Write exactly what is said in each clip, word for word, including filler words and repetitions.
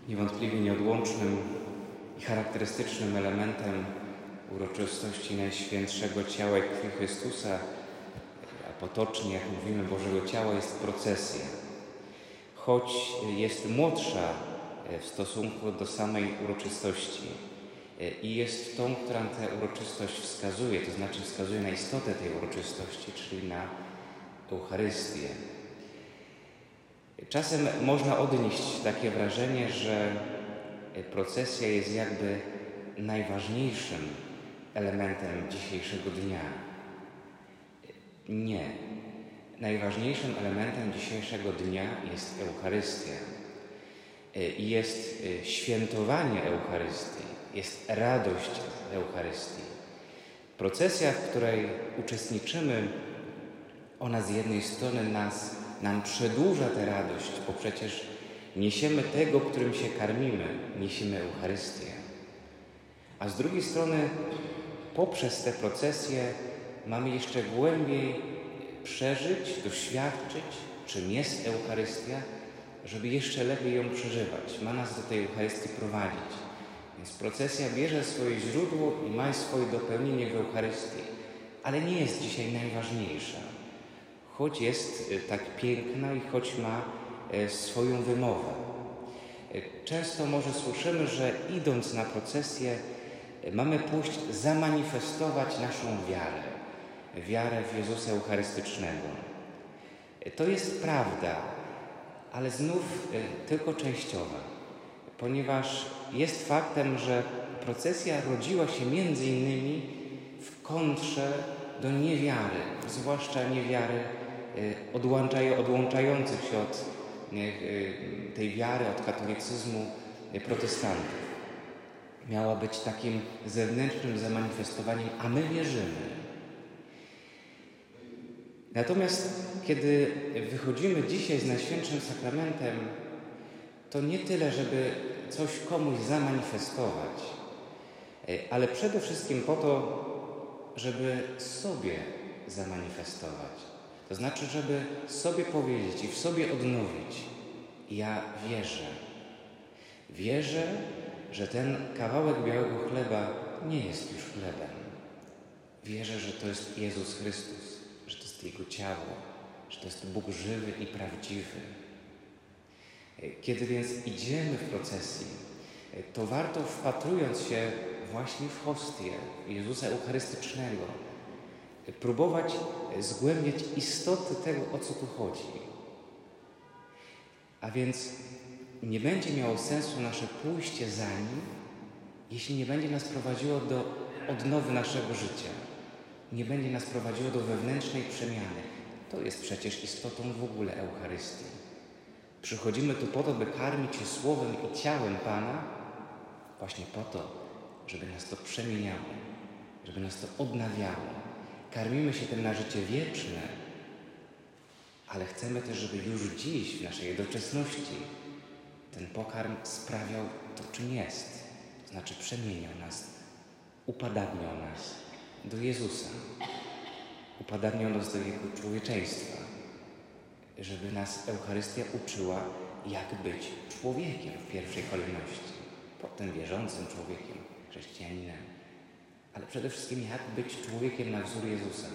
Niewątpliwie nieodłącznym i charakterystycznym elementem uroczystości Najświętszego Ciała i Krwi Chrystusa, a potocznie, jak mówimy, Bożego Ciała, jest procesja. Choć jest młodsza w stosunku do samej uroczystości i jest tą, która na tę uroczystość wskazuje, to znaczy wskazuje na istotę tej uroczystości, czyli na Eucharystię. Czasem można odnieść takie wrażenie, że procesja jest jakby najważniejszym elementem dzisiejszego dnia. Nie. Najważniejszym elementem dzisiejszego dnia jest Eucharystia. I jest świętowanie Eucharystii, jest radość Eucharystii. Procesja, w której uczestniczymy, ona z jednej strony nas, nam przedłuża tę radość, bo przecież niesiemy tego, którym się karmimy, niesiemy Eucharystię. A z drugiej strony poprzez tę procesję mamy jeszcze głębiej przeżyć, doświadczyć, czym jest Eucharystia, żeby jeszcze lepiej ją przeżywać. Ma nas do tej Eucharystii prowadzić. Więc procesja bierze swoje źródło i ma swoje dopełnienie w Eucharystii, ale nie jest dzisiaj najważniejsza. Choć jest tak piękna i choć ma swoją wymowę. Często może słyszymy, że idąc na procesję mamy pójść zamanifestować naszą wiarę. Wiarę w Jezusa Eucharystycznego. To jest prawda, ale znów tylko częściowa, ponieważ jest faktem, że procesja rodziła się między innymi w kontrze do niewiary, zwłaszcza niewiary odłączających się od tej wiary, od katolicyzmu protestantów. Miała być takim zewnętrznym zamanifestowaniem, a my wierzymy. Natomiast kiedy wychodzimy dzisiaj z Najświętszym Sakramentem, to nie tyle, żeby coś komuś zamanifestować, ale przede wszystkim po to, żeby sobie zamanifestować. To znaczy, żeby sobie powiedzieć i w sobie odnowić: ja wierzę. Wierzę, że ten kawałek białego chleba nie jest już chlebem. Wierzę, że to jest Jezus Chrystus, że to jest Jego ciało, że to jest Bóg żywy i prawdziwy. Kiedy więc idziemy w procesji, to warto, wpatrując się właśnie w hostię Jezusa Eucharystycznego, próbować zgłębiać istotę tego, o co tu chodzi. A więc nie będzie miało sensu nasze pójście za Nim, jeśli nie będzie nas prowadziło do odnowy naszego życia. Nie będzie nas prowadziło do wewnętrznej przemiany. To jest przecież istotą w ogóle Eucharystii. Przychodzimy tu po to, by karmić się słowem i ciałem Pana, właśnie po to, żeby nas to przemieniało, żeby nas to odnawiało. Karmimy się tym na życie wieczne, ale chcemy też, żeby już dziś, w naszej doczesności, ten pokarm sprawiał to, czym jest. To znaczy przemieniał nas, upadabniał nas do Jezusa. Upadabniał nas do Jego człowieczeństwa. Żeby nas Eucharystia uczyła, jak być człowiekiem w pierwszej kolejności. Potem wierzącym człowiekiem, chrześcijaninem. Ale przede wszystkim, jak być człowiekiem na wzór Jezusa.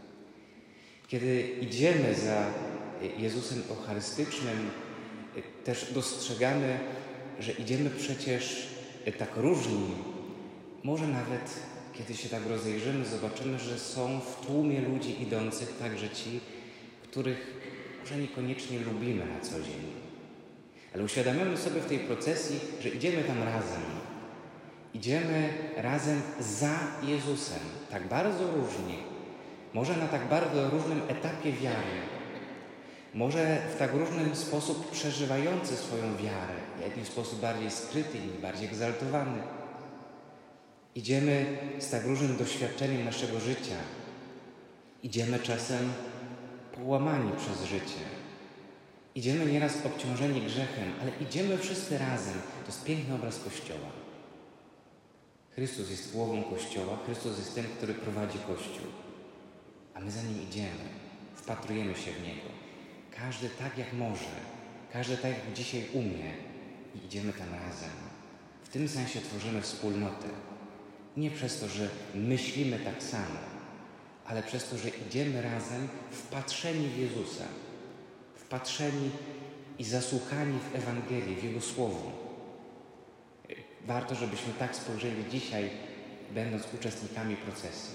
Kiedy idziemy za Jezusem Eucharystycznym, też dostrzegamy, że idziemy przecież tak różni. Może nawet, kiedy się tak rozejrzymy, zobaczymy, że są w tłumie ludzi idących także ci, których może niekoniecznie lubimy na co dzień. Ale uświadamiamy sobie w tej procesji, że idziemy tam razem. Idziemy razem za Jezusem. Tak bardzo różni. Może na tak bardzo różnym etapie wiary. Może w tak różny sposób przeżywający swoją wiarę. Jedni w sposób bardziej skryty, inni bardziej egzaltowany. Idziemy z tak różnym doświadczeniem naszego życia. Idziemy czasem połamani przez życie. Idziemy nieraz obciążeni grzechem, ale idziemy wszyscy razem. To jest piękny obraz Kościoła. Chrystus jest głową Kościoła, Chrystus jest tym, który prowadzi Kościół. A my za Nim idziemy, wpatrujemy się w Niego. Każdy tak jak może, każdy tak jak dzisiaj umie. i idziemy tam razem. W tym sensie tworzymy wspólnotę. Nie przez to, że myślimy tak samo, ale przez to, że idziemy razem wpatrzeni w Jezusa, wpatrzeni i zasłuchani w Ewangelię, w Jego Słowo. Warto, żebyśmy tak spojrzeli dzisiaj, będąc uczestnikami procesji.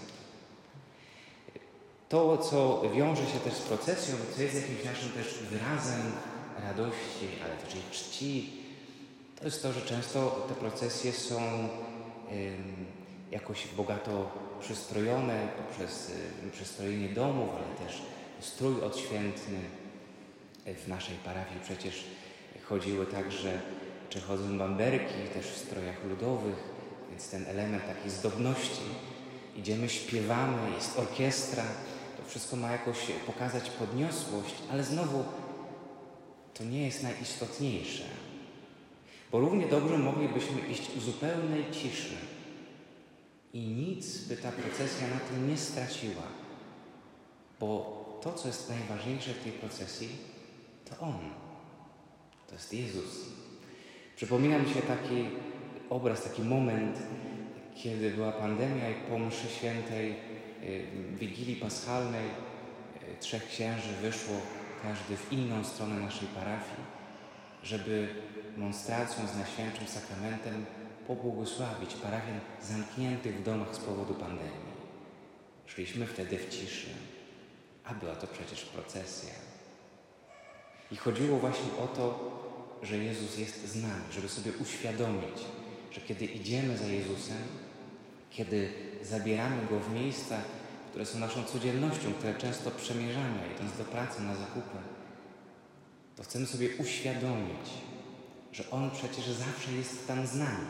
To, co wiąże się też z procesją, co jest jakimś naszym też wyrazem radości, ale też i czci, to jest to, że często te procesje są ym, jakoś bogato przystrojone poprzez y, przystrojenie domów, ale też strój odświętny. W naszej parafii przecież chodziły także, czy chodzą bamberki, też w strojach ludowych, więc ten element takiej zdobności. Idziemy, śpiewamy, jest orkiestra, to wszystko ma jakoś pokazać podniosłość, ale znowu to nie jest najistotniejsze. Bo równie dobrze moglibyśmy iść w zupełnej ciszy i nic by ta procesja na tym nie straciła. Bo to, co jest najważniejsze w tej procesji, to On. To jest Jezus. Przypomina mi się taki obraz, taki moment, kiedy była pandemia i po mszy świętej Wigilii Paschalnej trzech księży wyszło, każdy w inną stronę naszej parafii, żeby monstracją z Najświętszym Sakramentem pobłogosławić parafian zamkniętych w domach z powodu pandemii. Szliśmy wtedy w ciszy, a była to przecież procesja. I chodziło właśnie o to, że Jezus jest z nami, żeby sobie uświadomić, że kiedy idziemy za Jezusem, kiedy zabieramy Go w miejsca, które są naszą codziennością, które często przemierzamy, idąc do pracy, na zakupy, to chcemy sobie uświadomić, że On przecież zawsze jest tam z nami.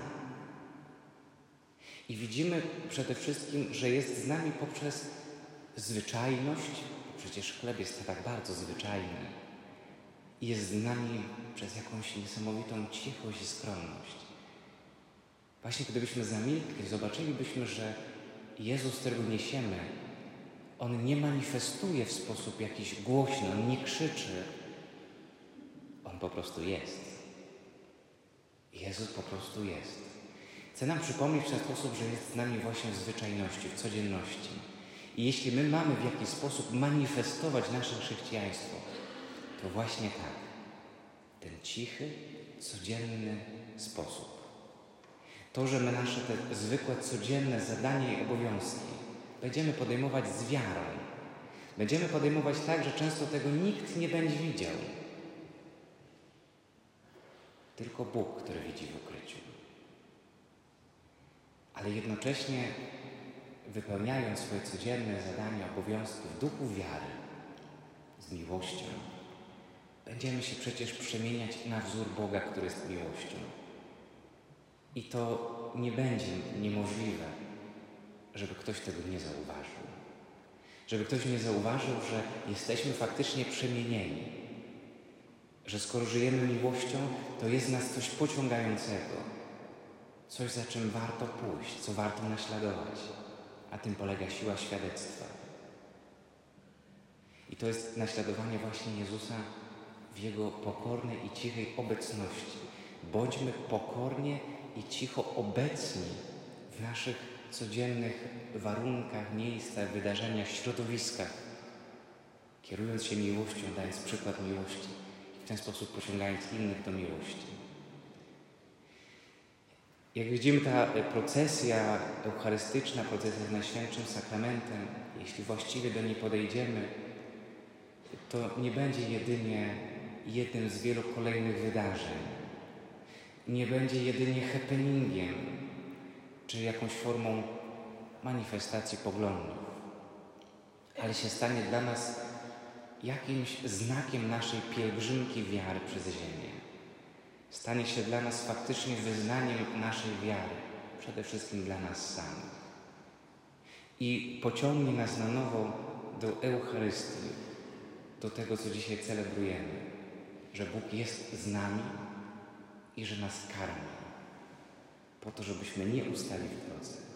I widzimy przede wszystkim, że jest z nami poprzez zwyczajność, przecież chleb jest tak bardzo zwyczajny, i jest z nami przez jakąś niesamowitą cichość i skromność. Właśnie gdybyśmy zamilkli, zobaczylibyśmy, że Jezus, którego niesiemy, On nie manifestuje w sposób jakiś głośny, On nie krzyczy. On po prostu jest. Jezus po prostu jest. Chcę nam przypomnieć w ten sposób, że jest z nami właśnie w zwyczajności, w codzienności. I jeśli my mamy w jakiś sposób manifestować nasze chrześcijaństwo, to właśnie tak. Ten cichy, codzienny sposób. To, że my nasze te zwykłe, codzienne zadania i obowiązki będziemy podejmować z wiarą. Będziemy podejmować tak, że często tego nikt nie będzie widział. Tylko Bóg, który widzi w ukryciu. Ale jednocześnie wypełniając swoje codzienne zadania, obowiązki w duchu wiary, z miłością, będziemy się przecież przemieniać na wzór Boga, który jest miłością. I to nie będzie niemożliwe, żeby ktoś tego nie zauważył. Żeby ktoś nie zauważył, że jesteśmy faktycznie przemienieni. Że skoro żyjemy miłością, to jest nas coś pociągającego. Coś, za czym warto pójść, co warto naśladować. A tym polega siła świadectwa. I to jest naśladowanie właśnie Jezusa w Jego pokornej i cichej obecności. Bądźmy pokornie i cicho obecni w naszych codziennych warunkach, miejscach, wydarzeniach, środowiskach, kierując się miłością, dając przykład miłości i w ten sposób pociągając innych do miłości. Jak widzimy, ta procesja eucharystyczna, procesja z Najświętszym Sakramentem, jeśli właściwie do niej podejdziemy, to nie będzie jedynie jednym z wielu kolejnych wydarzeń. Nie będzie jedynie happeningiem, czy jakąś formą manifestacji poglądów, ale się stanie dla nas jakimś znakiem naszej pielgrzymki wiary przez ziemię. Stanie się dla nas faktycznie wyznaniem naszej wiary, przede wszystkim dla nas samych. I pociągnie nas na nowo do Eucharystii, do tego, co dzisiaj celebrujemy, że Bóg jest z nami i że nas karmi, po to, żebyśmy nie ustali w drodze.